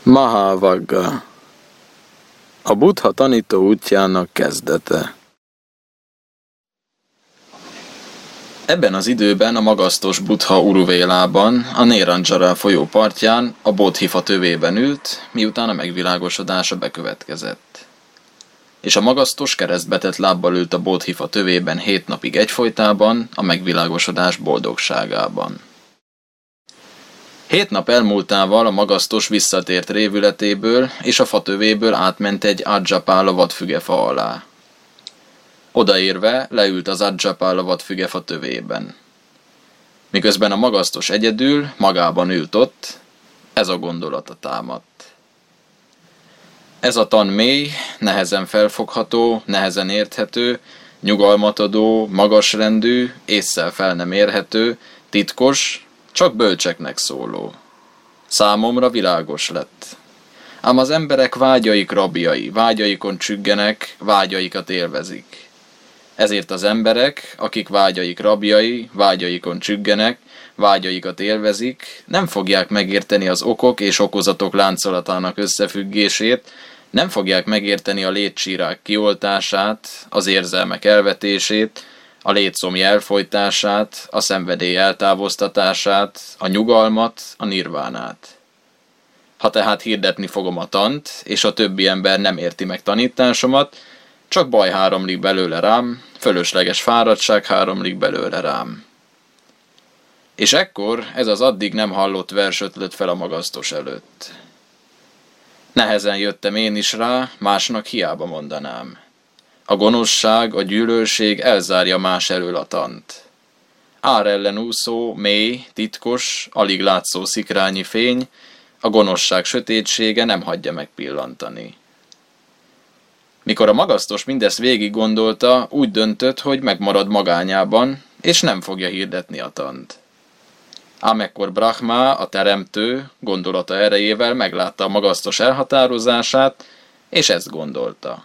Mahavagga. A Buddha tanító útjának kezdete. Ebben az időben a magasztos Buddha Uruvélában, a Nérandzsara folyó partján, a Bodhifa tövében ült, miután a megvilágosodása bekövetkezett. És a magasztos keresztbetett lábbal ült a Bodhifa tövében 7 napig egyfolytában, a megvilágosodás boldogságában. 7 nap elmúltával a magasztos visszatért révületéből, és a fatövéből átment egy Adzsapála vadfügefa alá. Odaérve leült az Adzsapála vadfügefa tövében. Miközben a magasztos egyedül, magában ült ott, ez a gondolata támadt. Ez a tan mély, nehezen felfogható, nehezen érthető, nyugalmat adó, magasrendű, ésszel fel nem érhető, titkos, csak bölcseknek szóló. Számomra világos lett. Ám az emberek vágyaik rabjai, vágyaikon csüggenek, vágyaikat élvezik. Ezért az emberek, akik vágyaik rabjai, vágyaikon csüggenek, vágyaikat élvezik, nem fogják megérteni az okok és okozatok láncolatának összefüggését, nem fogják megérteni a létsírák kioltását, az érzelmek elvetését, a létszomj elfojtását, a szenvedély eltávoztatását, a nyugalmat, a nirvánát. Ha tehát hirdetni fogom a tant, és a többi ember nem érti meg tanításomat, csak baj háromlik belőle rám, fölösleges fáradtság háromlik belőle rám. És ekkor ez az addig nem hallott vers ötlött fel a magasztos előtt. Nehezen jöttem én is rá, másnak hiába mondanám. A gonoszság, a gyűlölség elzárja más elől a tant. Ár ellen úszó, mély, titkos, alig látszó szikrányi fény, a gonoszság sötétsége nem hagyja megpillantani. Mikor a magasztos mindezt végig gondolta, úgy döntött, hogy megmarad magányában, és nem fogja hirdetni a tant. Ám ekkor Brahma, a teremtő, gondolata erejével meglátta a magasztos elhatározását, és ezt gondolta.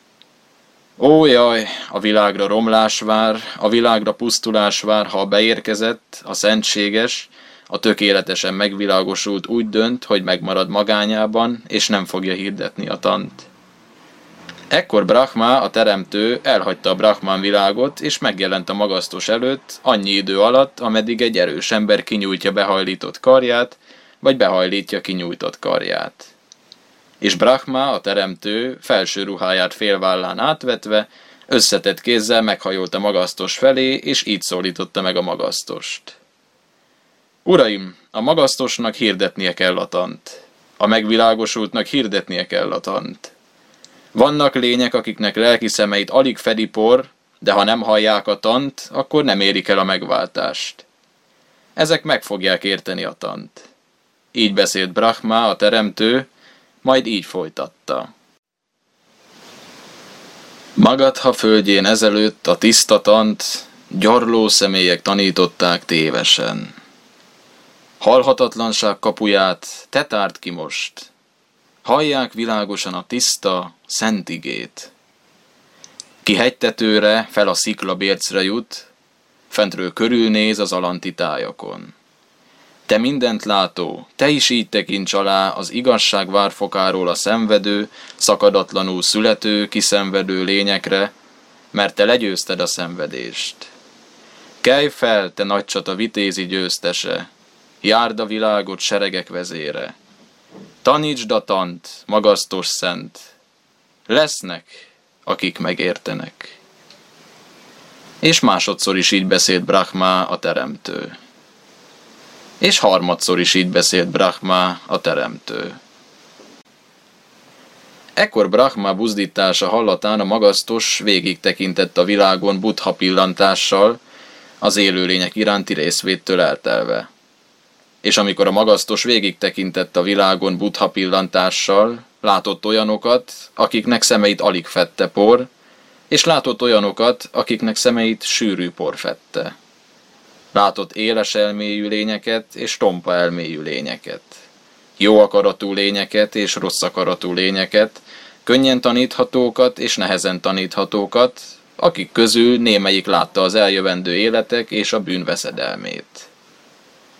Ó jaj, a világra romlás vár, a világra pusztulás vár, ha beérkezett, a szentséges, a tökéletesen megvilágosult úgy dönt, hogy megmarad magányában, és nem fogja hirdetni a tant. Ekkor Brahma, a teremtő, elhagyta a Brahmán világot, és megjelent a magasztos előtt annyi idő alatt, ameddig egy erős ember kinyújtja behajlított karját, vagy behajlítja kinyújtott karját. És Brahma, a teremtő, felső ruháját félvállán átvetve, összetett kézzel meghajolt a magasztos felé, és így szólította meg a magasztost. Uraim, a magasztosnak hirdetnie kell a tant. A megvilágosultnak hirdetnie kell a tant. Vannak lények, akiknek lelki szemeit alig fedi por, de ha nem hallják a tant, akkor nem érik el a megváltást. Ezek meg fogják érteni a tant. Így beszélt Brahma, a teremtő, majd így folytatta. Magadha földjén ezelőtt a tiszta tant gyarló személyek tanították tévesen. Halhatatlanság kapuját te tárd ki most. Hallják világosan a tiszta, szent igét. Ki hegytetőre, fel a sziklabércre jut, fentről körülnéz az alanti tájakon. Te mindent látó, te is így tekints alá az igazság várfokáról a szenvedő, szakadatlanul születő, kiszenvedő lényekre, mert te legyőzted a szenvedést. Kelj fel, te nagy csata vitézi győztese, járd a világot seregek vezére. Tanítsd a tant, magasztos szent, lesznek, akik megértenek. És másodszor is így beszélt Brahma, a teremtő. És harmadszor is így beszélt Brahma, a teremtő. Ekkor Brahma buzdítása hallatán a magasztos végig tekintett a világon Buddha pillantással, az élőlények iránti részvéttől eltelve. És amikor a magasztos végig tekintett a világon Buddha pillantással, látott olyanokat, akiknek szemeit alig fedte por, és látott olyanokat, akiknek szemeit sűrű por fedte. Látott éles elmélyű lényeket és tompa elmélyű lényeket. Jó akaratú lényeket és rossz akaratú lényeket, könnyen taníthatókat és nehezen taníthatókat, akik közül némelyik látta az eljövendő életek és a bűn veszedelmét.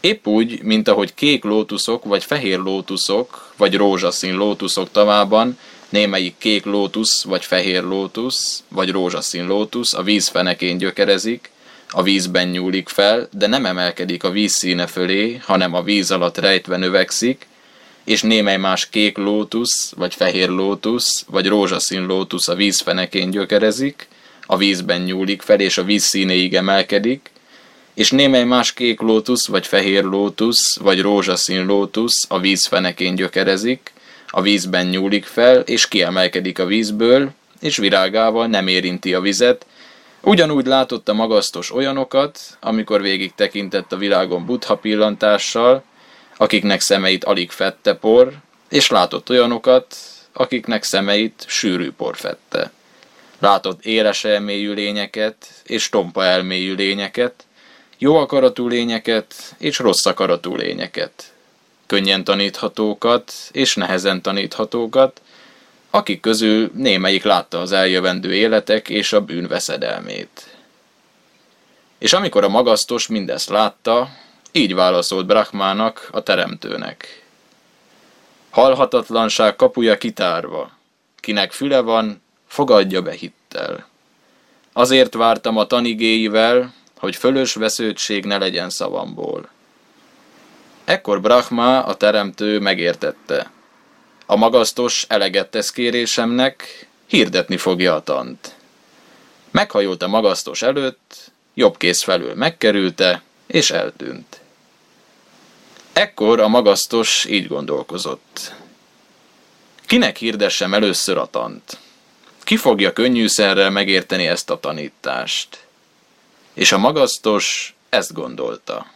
Épp úgy, mint ahogy kék lótuszok, vagy fehér lótuszok, vagy rózsaszín lótuszok tavában, némelyik kék lótusz, vagy fehér lótusz, vagy rózsaszín lótusz a víz fenekén gyökerezik, a vízben nyúlik fel, de nem emelkedik a víz színe fölé, hanem a víz alatt rejtve növekszik, és némely más kék lótusz, vagy fehér lótusz, vagy rózsaszín lótusz a víz fenekén gyökerezik, a vízben nyúlik fel, és a víz színéig emelkedik, és némely más kék lótusz, vagy fehér lótusz, vagy rózsaszín lótusz a víz fenekén gyökerezik, a vízben nyúlik fel, és kiemelkedik a vízből, és virágával nem érinti a vizet. Ugyanúgy látott a magasztos olyanokat, amikor végig tekintett a világon Buddha pillantással, akiknek szemeit alig fedte por, és látott olyanokat, akiknek szemeit sűrű por fedte. Látott éles elmélyű lényeket, és tompa elmélyű lényeket, jó akaratú lényeket, és rossz akaratú lényeket, könnyen taníthatókat, és nehezen taníthatókat, akik közül némelyik látta az eljövendő életek és a bűn veszedelmét. És amikor a magasztos mindezt látta, így válaszolt Brahmának, a teremtőnek. Halhatatlanság kapuja kitárva, kinek füle van, fogadja be hittel. Azért vártam a tanigéivel, hogy fölös vesződtség ne legyen szavamból. Ekkor Brahma, a teremtő megértette. A magasztos eleget tesz kérésemnek, hirdetni fogja a tant. Meghajolt a magasztos előtt, jobb kéz felől megkerülte, és eltűnt. Ekkor a magasztos így gondolkozott. Kinek hirdessem először a tant? Ki fogja könnyűszerrel megérteni ezt a tanítást? És a magasztos ezt gondolta.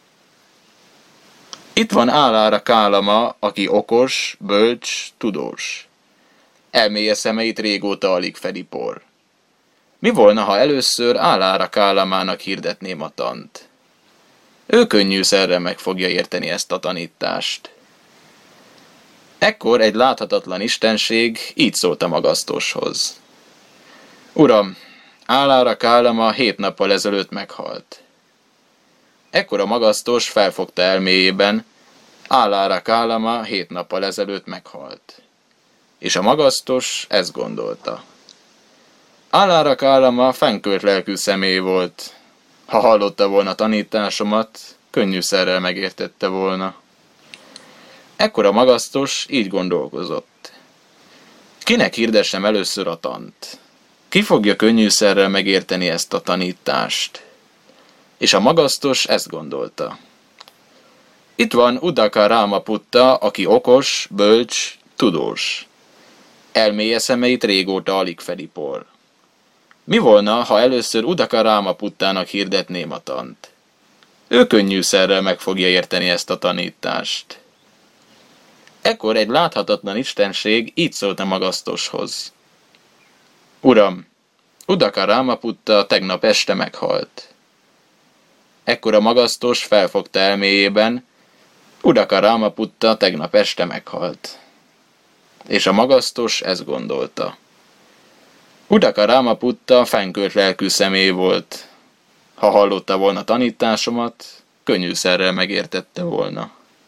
Itt van Álára Kálama, aki okos, bölcs, tudós. Elméje szemeit régóta alig fedi por. Mi volna, ha először Álára Kálamának hirdetném a tant? Ő könnyűszerrel meg fogja érteni ezt a tanítást. Ekkor egy láthatatlan istenség így szólt a magasztoshoz. Uram, Álára Kálama 7 nappal ezelőtt meghalt. Ekkor a magasztos felfogta elméjében, Álára Kálama 7 nappal ezelőtt meghalt. És a magasztos ezt gondolta. Álára Kálama fennkölt lelkű személy volt. Ha hallotta volna tanításomat, könnyűszerrel megértette volna. Ekkor a magasztos így gondolkozott. Kinek hirdessem először a tant? Ki fogja könnyűszerrel megérteni ezt a tanítást? És a magasztos ezt gondolta. Itt van Udaka Rámaputta, aki okos, bölcs, tudós. Elméje szemeit régóta alig fedi por. Mi volna, ha először Udaka Rámaputtának hirdetném a tant? Ő könnyűszerrel meg fogja érteni ezt a tanítást. Ekkor egy láthatatlan istenség így szólt a magasztoshoz. Uram, Udaka Rámaputta tegnap este meghalt. Ekkor a magasztos felfogta elméjében, Udaka Rámaputta tegnap este meghalt. És a magasztos ezt gondolta. Udaka Rámaputta fennkölt lelkű személy volt. Ha hallotta volna tanításomat, könnyűszerrel megértette volna.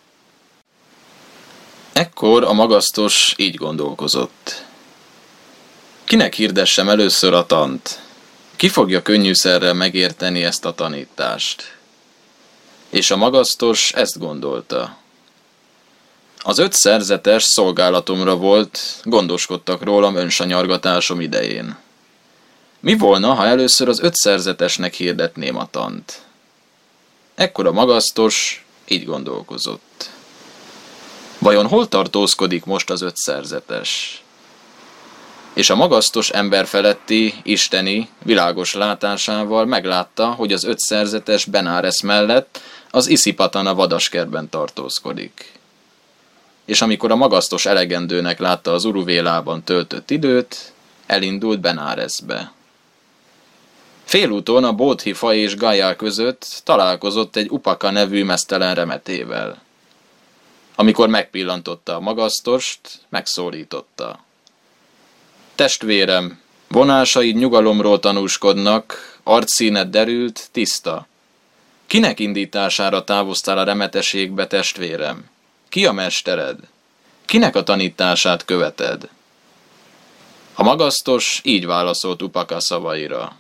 Ekkor a magasztos így gondolkozott. Kinek hirdessem először a tant? Ki fogja könnyűszerrel megérteni ezt a tanítást? És a magasztos ezt gondolta. Az 5 szerzetes szolgálatomra volt, gondoskodtak rólam önsanyargatásom idején. Mi volna, ha először az 5 szerzetesnek hirdetném a tant? Ekkor a magasztos így gondolkozott. Vajon hol tartózkodik most az 5 szerzetes? És a magasztos emberfeletti, isteni, világos látásával meglátta, hogy az 5 szerzetes Benáresz mellett az Iszipatana vadaskertben tartózkodik. És amikor a magasztos elegendőnek látta az Uruvélában töltött időt, elindult Benáreszbe. Félúton a Bodhi fa és Gajá között találkozott egy Upaka nevű meztelen remetével. Amikor megpillantotta a magasztost, megszólította. Testvérem, vonásaid nyugalomról tanúskodnak, arcszíned derült, tiszta. Kinek indítására távoztál a remeteségbe, testvérem? Ki a mestered? Kinek a tanítását követed? A magasztos így válaszolt Upaka szavaira.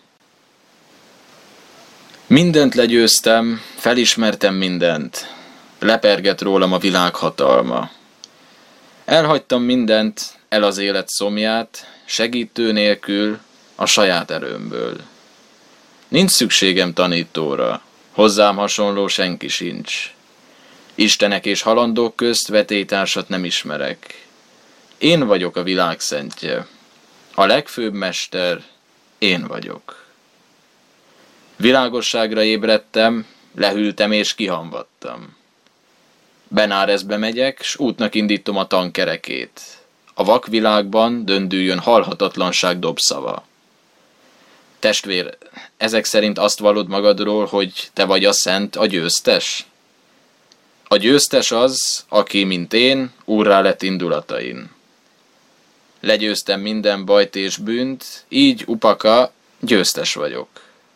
Mindent legyőztem, felismertem mindent. Lepergett rólam a világ hatalma. Elhagytam mindent, el az élet szomját, segítő nélkül, a saját erőmből. Nincs szükségem tanítóra, hozzám hasonló senki sincs. Istenek és halandók közt vetélytársat nem ismerek. Én vagyok a világ szentje. A legfőbb mester, én vagyok. Világosságra ébredtem, lehűltem és kihamvadtam. Benárezbe megyek, s útnak indítom a tankerekét. A vakvilágban döndüljön halhatatlanság dobszava. Testvér, ezek szerint azt vallod magadról, hogy te vagy a szent, a győztes? A győztes az, aki, mint én, úrrá lett indulatain. Legyőztem minden bajt és bűnt, így, Upaka, győztes vagyok.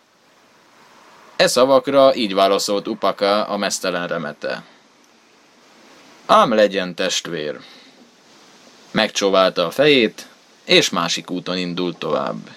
E szavakra így válaszolt Upaka, a meztelen remete. Ám legyen, testvér. Megcsóválta a fejét, és másik úton indult tovább.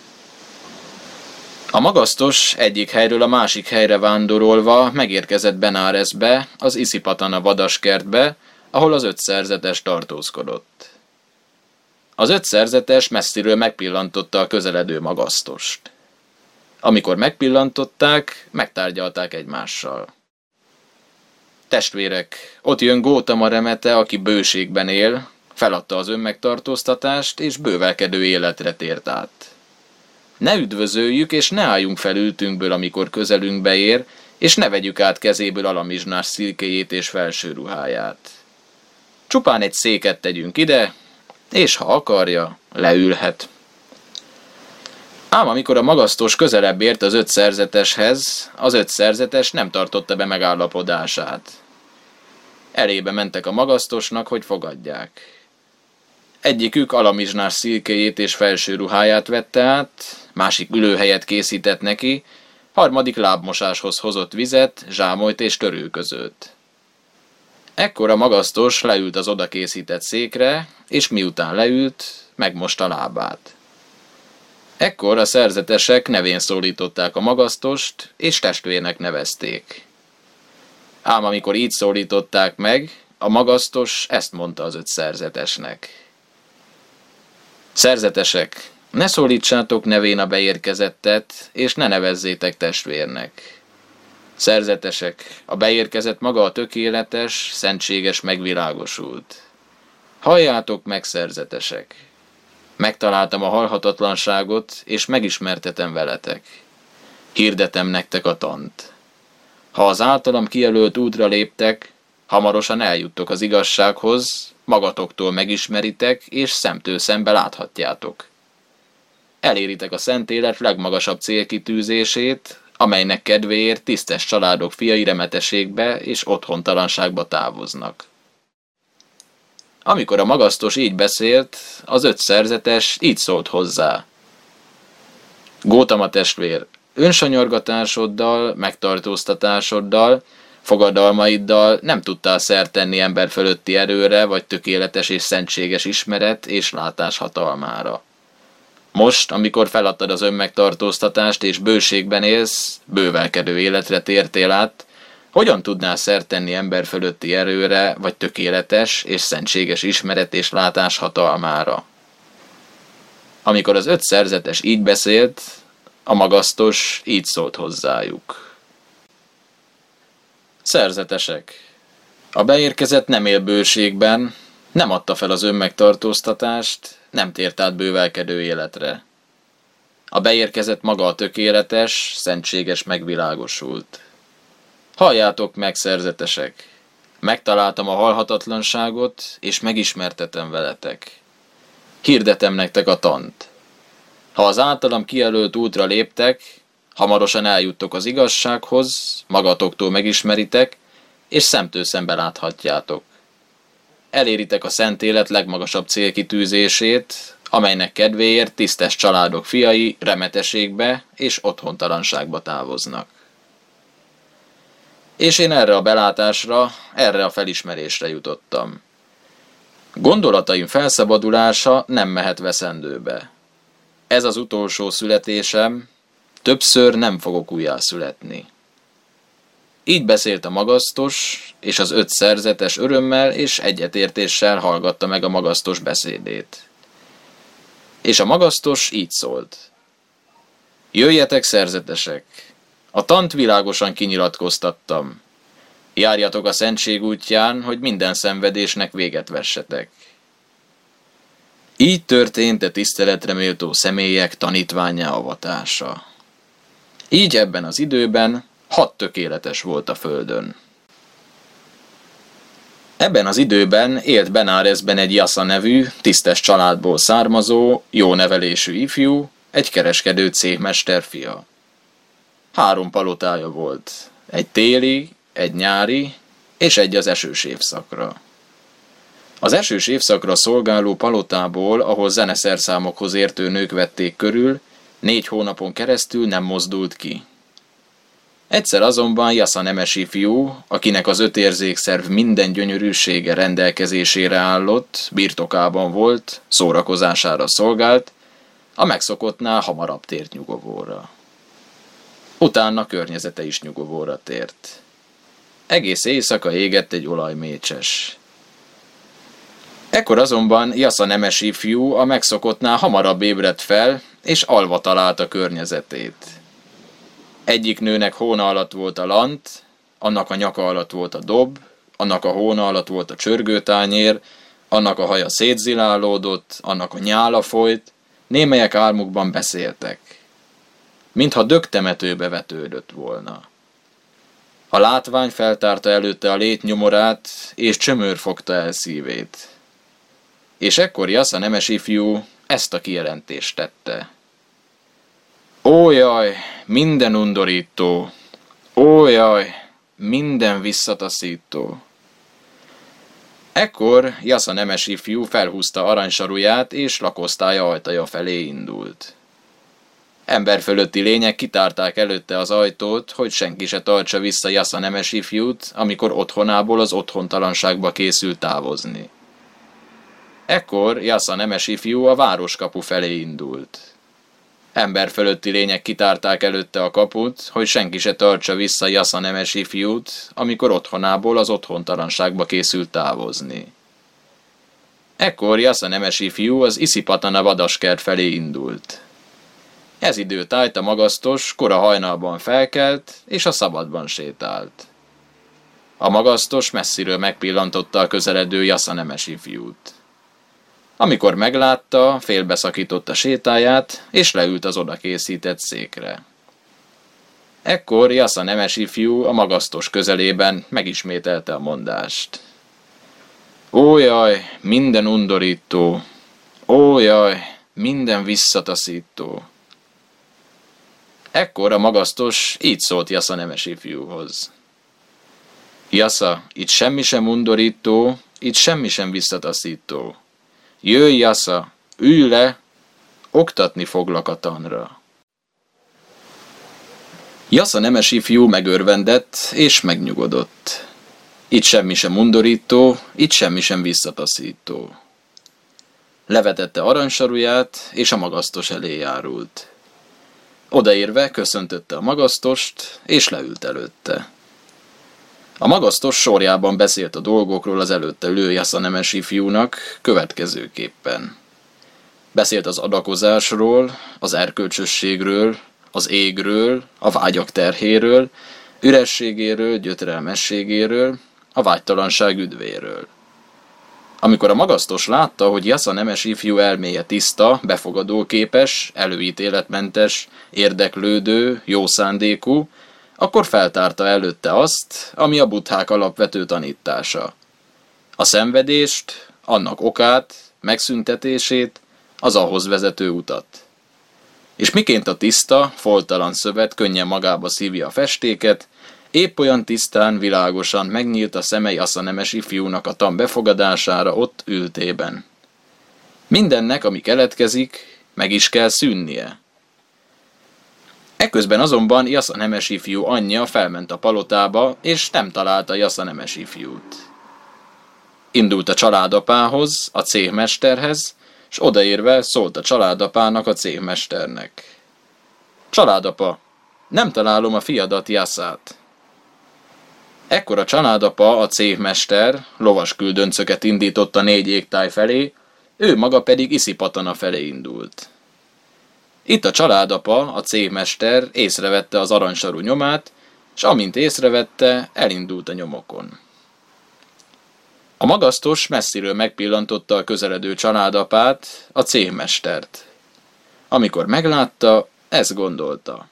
A magasztos egyik helyről a másik helyre vándorolva megérkezett Benárezbe, az Iszipatana vadaskertbe, ahol az 5 szerzetes tartózkodott. Az 5 szerzetes messziről megpillantotta a közeledő magasztost. Amikor megpillantották, megtárgyalták egymással. Testvérek, ott jön Gótama remete, aki bőségben él, feladta az önmegtartóztatást, és bővelkedő életre tért át. Ne üdvözöljük, és ne álljunk fel ültünkből, amikor közelünkbe ér, és ne vegyük át kezéből alamizsnás szilkéjét és felső ruháját. Csupán egy széket tegyünk ide, és ha akarja, leülhet. Ám amikor a magasztos közelebb ért az 5 szerzeteshez, az 5 szerzetes nem tartotta be megállapodását. Elébe mentek a magasztosnak, hogy fogadják. Egyikük alamizsnás szilkéjét és felső ruháját vette át, másik ülőhelyet készített neki, harmadik lábmosáshoz hozott vizet, zsámolyt és törülközőt. Ekkor a magasztos leült az oda készített székre, és miután leült, megmosta lábát. Ekkor a szerzetesek nevén szólították a magasztost, és testvérnek nevezték. Ám amikor így szólították meg, a magasztos ezt mondta az 5 szerzetesnek. Szerzetesek, ne szólítsátok nevén a beérkezettet, és ne nevezzétek testvérnek. Szerzetesek, a beérkezett maga a tökéletes, szentséges, megvilágosult. Halljátok meg, szerzetesek! Megtaláltam a halhatatlanságot, és megismertetem veletek. Hirdetem nektek a tant. Ha az általam kijelölt útra léptek, hamarosan eljuttok az igazsághoz, magatoktól megismeritek, és szemtől szembe láthatjátok. Eléritek a szent élet legmagasabb célkitűzését, amelynek kedvéért tisztes családok fiai remeteségbe és otthontalanságba távoznak. Amikor a magasztos így beszélt, az 5 szerzetes így szólt hozzá. Gótama testvér, önsanyargatásoddal, megtartóztatásoddal, fogadalmaiddal nem tudtál szert tenni ember fölötti erőre, vagy tökéletes és szentséges ismeret és látás hatalmára. Most, amikor feladtad az önmegtartóztatást és bőségben élsz, bővelkedő életre tértél át, hogyan tudnál szert tenni ember fölötti erőre, vagy tökéletes és szentséges ismeret és látás hatalmára? Amikor az 5 szerzetes így beszélt, a magasztos így szólt hozzájuk. Szerzetesek, a beérkezett nem él bőségben, nem adta fel az önmegtartóztatást, nem tért át bővelkedő életre. A beérkezett maga a tökéletes, szentséges, megvilágosult. Halljátok meg, szerzetesek! Megtaláltam a halhatatlanságot, és megismertetem veletek. Hirdetem nektek a tant. Ha az általam kijelölt útra léptek, hamarosan eljuttok az igazsághoz, magatoktól megismeritek, és szemtől szembe láthatjátok. Eléritek a szent élet legmagasabb célkitűzését, amelynek kedvéért tisztes családok fiai remeteségbe és otthontalanságba távoznak. és én erre a belátásra, erre a felismerésre jutottam. Gondolataim felszabadulása nem mehet veszendőbe. Ez az utolsó születésem, többször nem fogok újjászületni. Így beszélt a magasztos, és az 5 szerzetes örömmel és egyetértéssel hallgatta meg a magasztos beszédét. És a magasztos így szólt. Jöjjetek, szerzetesek! A tant világosan kinyilatkoztattam. Járjatok a szentség útján, hogy minden szenvedésnek véget vessetek. Így történt a tiszteletre méltó személyek tanítvánnyá avatása. Így ebben az időben 6 tökéletes volt a földön. Ebben az időben élt Benárezben egy Jasza nevű, tisztes családból származó, jó nevelésű ifjú, egy kereskedő céhmester fia. 3 palotája volt, egy téli, egy nyári, és egy az esős évszakra. Az esős évszakra szolgáló palotából, ahol zeneszerszámokhoz értő nők vették körül, 4 hónapon keresztül nem mozdult ki. Egyszer azonban Jasza nemes ifjú, akinek az 5 érzékszerv minden gyönyörűsége rendelkezésére állott, birtokában volt, szórakozására szolgált, a megszokottnál hamarabb tért nyugovóra. Utána környezete is nyugovóra tért. Egész éjszaka égett egy olajmécses. Ekkor azonban Jasza nemes ifjú a megszokottnál hamarabb ébredt fel, és alva találta környezetét. Egyik nőnek hóna alatt volt a lant, annak a nyaka alatt volt a dob, annak a hóna alatt volt a csörgőtányér, annak a haja szétzilálódott, annak a nyála folyt, némelyek álmukban beszéltek, mintha dögtemetőbe vetődött volna. A látvány feltárta előtte a létnyomorát, és csömör fogta el szívét. És ekkor Jasza nemes ifjú ezt a kijelentést tette. Ó jaj, minden undorító! Ó jaj, minden visszataszító! Ekkor Jasza nemes ifjú felhúzta aranysaruját, és lakosztálya ajtaja felé indult. Emberfölötti lények kitárták előtte az ajtót, hogy senki se tartsa vissza Jasza nemes ifjút, amikor otthonából az otthontalanságba készült távozni. Ekkor Jasza nemes ifjú a városkapu felé indult. Emberfölötti lények kitárták előtte a kaput, hogy senki se tartsa vissza Jasza nemes ifjút, amikor otthonából az otthontalanságba készült távozni. Ekkor Jasza nemes ifjú az Iszipatana vadaskert felé indult. Ez időtájt a magasztos kora hajnalban felkelt, és a szabadban sétált. A magasztos messziről megpillantotta a közeledő Jasza nemes ifjút. Amikor meglátta, félbeszakította sétáját, és leült az oda készített székre. Ekkor Jasza nemes ifjú a magasztos közelében megismételte a mondást. Ó jaj, minden undorító! Ó jaj, minden visszataszító! Ekkor a magasztos így szólt Jasza nemes ifjúhoz. Jasza, itt semmi sem undorító, itt semmi sem visszataszító. Jöjj, Jasza, ülj le, oktatni foglak a tanra. Jasza nemes ifjú megörvendett és megnyugodott. Itt semmi sem undorító, itt semmi sem visszataszító. Levetette aranysaruját, és a magasztos elé járult. Odaérve köszöntötte a magasztost, és leült előtte. A magasztos sorjában beszélt a dolgokról az előtte ülő Jasza nemes ifjúnak következőképpen. Beszélt az adakozásról, az erkölcsösségről, az égről, a vágyak terhéről, ürességéről, gyötrelmességéről, a vágytalanság üdvéről. Amikor a magasztos látta, hogy Jasza nemes ifjú elméje tiszta, befogadóképes, előítéletmentes, érdeklődő, jó szándékú, akkor feltárta előtte azt, ami a buddhák alapvető tanítása. A szenvedést, annak okát, megszüntetését, az ahhoz vezető utat. És miként a tiszta, folttalan szövet könnyen magába szívja a festéket, épp olyan tisztán, világosan megnyílt a szeme Jasza nemes ifjúnak a tan befogadására ott ültében. Mindennek, ami keletkezik, meg is kell szűnnie. Ekközben azonban Jasza nemes ifjú anyja felment a palotába, és nem találta Jasza nemes ifjút. Indult a családapához, a céhmesterhez, s odaérve szólt a családapának a céhmesternek. Családapa, nem találom a fiadat, Jasszát. Ekkor a családapa, a céhmester, lovas küldöncöket indított a 4 égtáj felé, ő maga pedig Iszipatana felé indult. Itt a családapa, a céhmester észrevette az aranysarú nyomát, s amint észrevette, elindult a nyomokon. A magasztos messziről megpillantotta a közeledő családapát, a céhmestert. Amikor meglátta, ezt gondolta.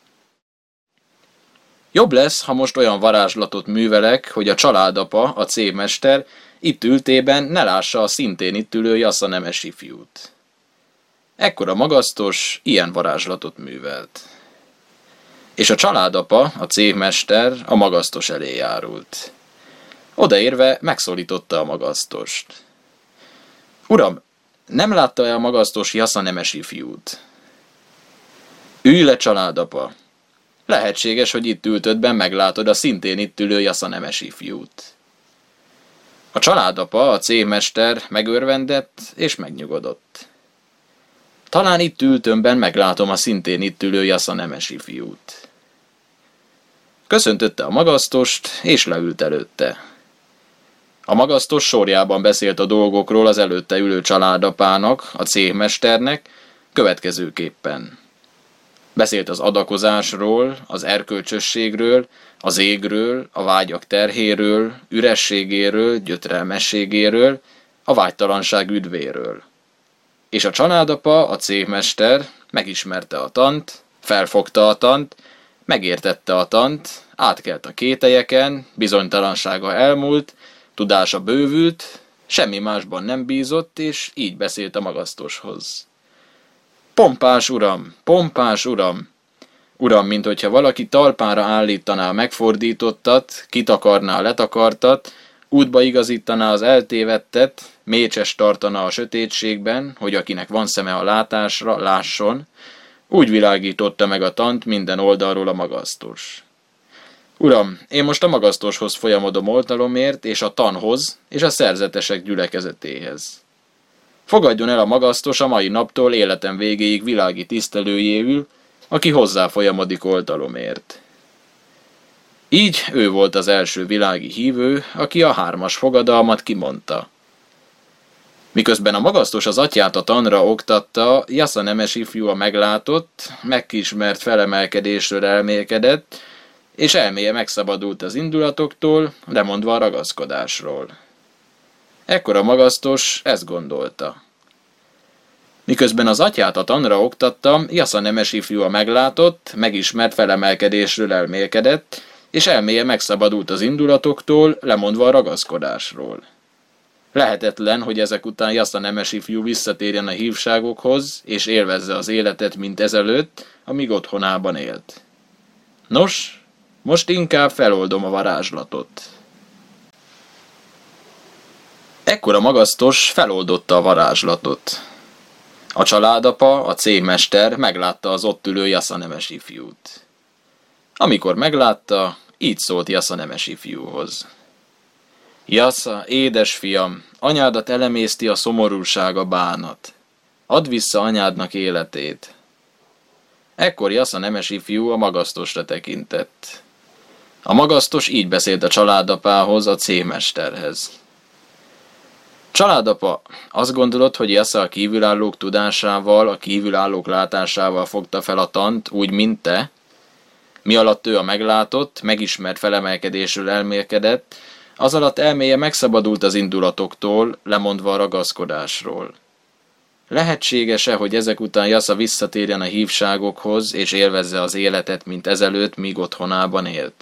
Jobb lesz, ha most olyan varázslatot művelek, hogy a családapa, a céhmester itt ültében ne lássa a szintén itt ülő Jasza nemes ifjút. Ekkor a magasztos ilyen varázslatot művelt. És a családapa, a céhmester a magasztos elé járult. Odaérve megszólította a magasztost. Uram, nem látta-e a magasztos Jasza nemes ifjút? Ülj le, családapa! Lehetséges, hogy itt ültödben meglátod a szintén itt ülő Jasza nemes ifjút. A családapa, a céhmester megörvendett és megnyugodott. Talán itt ültömben meglátom a szintén itt ülő Jasza nemes ifjút. Köszöntötte a magasztost, és leült előtte. A magasztos sorjában beszélt a dolgokról az előtte ülő családapának, a céhmesternek, következőképpen. Beszélt az adakozásról, az erkölcsösségről, az égről, a vágyak terhéről, ürességéről, gyötrelmességéről, a vágytalanság üdvéről. És a családapa, a céhmester megismerte a tant, felfogta a tant, megértette a tant, átkelt a kételyeken, bizonytalansága elmúlt, tudása bővült, semmi másban nem bízott, és így beszélt a magasztoshoz. Pompás uram, pompás uram! Uram, minthogyha valaki talpára állítaná a megfordítottat, kitakarná a letakartat, útba igazítaná az eltévedtet, mécses tartana a sötétségben, hogy akinek van szeme a látásra, lásson, úgy világította meg a tant minden oldalról a magasztos. Uram, én most a magasztoshoz folyamodom oltalomért, és a tanhoz, és a szerzetesek gyülekezetéhez. Fogadjon el a magasztos a mai naptól életem végéig világi tisztelőjéül, aki hozzá folyamodik oltalomért. Így ő volt az első világi hívő, aki a 3 fogadalmat kimondta. Miközben a magasztos az atyát a tanra oktatta, Jasza nemes ifjú a meglátott, megkismert felemelkedésről elmélkedett, és elméje megszabadult az indulatoktól, lemondva a ragaszkodásról. Ekkor a magasztos ezt gondolta. Miközben az atyát a tanra oktatta, Jasza nemes ifjú a meglátott, megismert felemelkedésről elmélkedett, és elméje megszabadult az indulatoktól, lemondva a ragaszkodásról. Lehetetlen, hogy ezek után Jasza nemes ifjú visszatérjen a hívságokhoz, és élvezze az életet, mint ezelőtt, amíg otthonában élt. Nos, most inkább feloldom a varázslatot. Ekkor a magasztos feloldotta a varázslatot. A családapa, a céhmester meglátta az ott ülő Jasza nemes ifjút. Amikor meglátta, így szólt Jasza nemes ifjúhoz. Jasza, édes fiam, anyádat elemészti a szomorúság, a bánat. Add vissza anyádnak életét. Ekkor Jasza nemes ifjú a magasztosra tekintett. A magasztos így beszélt a családapához, a céhmesterhez. Családapa, azt gondolod, hogy Jasza a kívülállók tudásával, a kívülállók látásával fogta fel a tant, úgy, mint te? Mi alatt ő a meglátott, megismert felemelkedésről elmélkedett, az alatt elméje megszabadult az indulatoktól, lemondva a ragaszkodásról. Lehetséges-e, hogy ezek után Jasza visszatérjen a hívságokhoz, és élvezze az életet, mint ezelőtt, míg otthonában élt?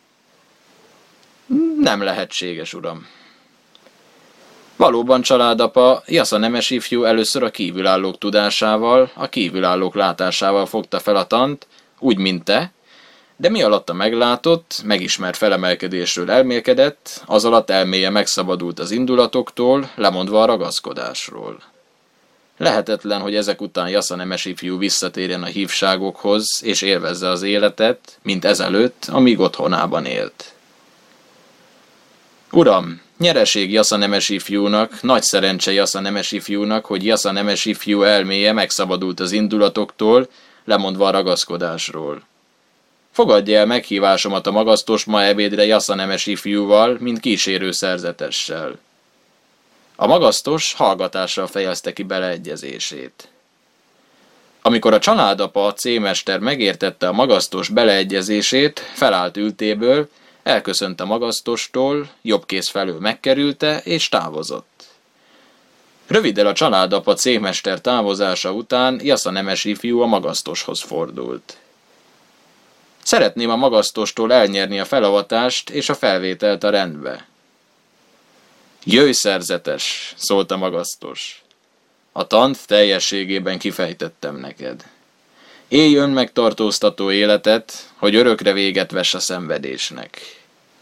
Nem lehetséges, uram. Valóban, családapa, Jasza nemes ifjú először a kívülállók tudásával, a kívülállók látásával fogta fel a tant, úgy, mint te, de mi alatt a meglátott, megismert felemelkedésről elmélkedett, az alatt elméje megszabadult az indulatoktól, lemondva a ragaszkodásról. Lehetetlen, hogy ezek után Jasza nemes ifjú visszatérjen a hívságokhoz, és élvezze az életet, mint ezelőtt, amíg otthonában élt. Uram, nyereség Jasza nemes ifjúnak, nagy szerencse Jasza nemes ifjúnak, hogy Jasza nemes ifjú elméje megszabadult az indulatoktól, lemondva a ragaszkodásról. Fogadja el meghívásomat a magasztos ma ebédre Jasza nemes ifjúval, mint kísérő szerzetessel. A magasztos hallgatással fejezte ki beleegyezését. Amikor a családapa, a cémester megértette a magasztos beleegyezését, felállt ültéből, elköszönt a magasztostól, jobb kéz felől megkerülte, és távozott. Röviddel a családapa cémester távozása után Jasza nemes ifjú a magasztoshoz fordult. Szeretném a magasztostól elnyerni a felavatást és a felvételt a rendbe. Jöjj, szerzetes, szólt a magasztos. A tant teljességében kifejtettem neked. Élj önmegtartóztató életet, hogy örökre véget vess a szenvedésnek.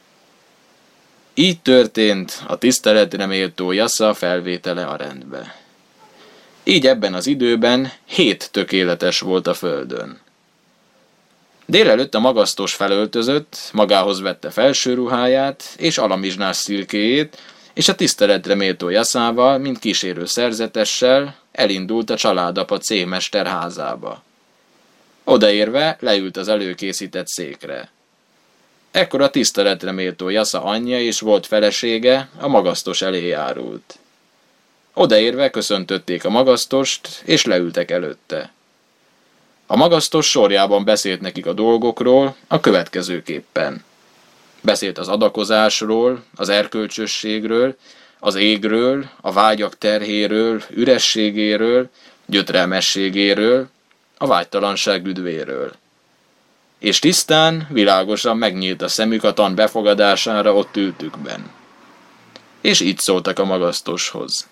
Így történt a tiszteletre méltó Jasza felvétele a rendbe. Így ebben az időben 7 tökéletes volt a földön. Délelőtt a magasztos felöltözött, magához vette felső ruháját és alamizsnás szilkéjét, és a tiszteletre méltó Jaszával, mint kísérő szerzetessel, elindult a családapa cémester házába. Odaérve leült az előkészített székre. Ekkor a tiszteletre méltó Jasza anyja és volt felesége a magasztos elé járult. Odaérve köszöntötték a magasztost, és leültek előtte. A magasztos sorjában beszélt nekik a dolgokról a következőképpen. Beszélt az adakozásról, az erkölcsösségről, az égről, a vágyak terhéről, ürességéről, gyötrelmességéről, a vágytalanság üdvéről. És tisztán, világosan megnyílt a szemük a tan befogadására ott ültükben. És így szóltak a magasztoshoz.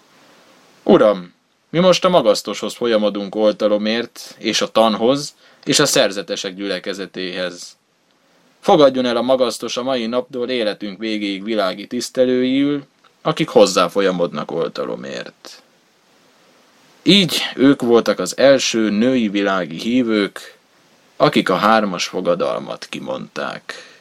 Uram, mi most a magasztoshoz folyamodunk oltalomért, és a tanhoz, és a szerzetesek gyülekezetéhez. Fogadjon el a magasztos a mai naptól életünk végéig világi tisztelőiül, akik hozzá folyamodnak oltalomért. Így ők voltak az első női világi hívők, akik a 3. fogadalmat kimondták.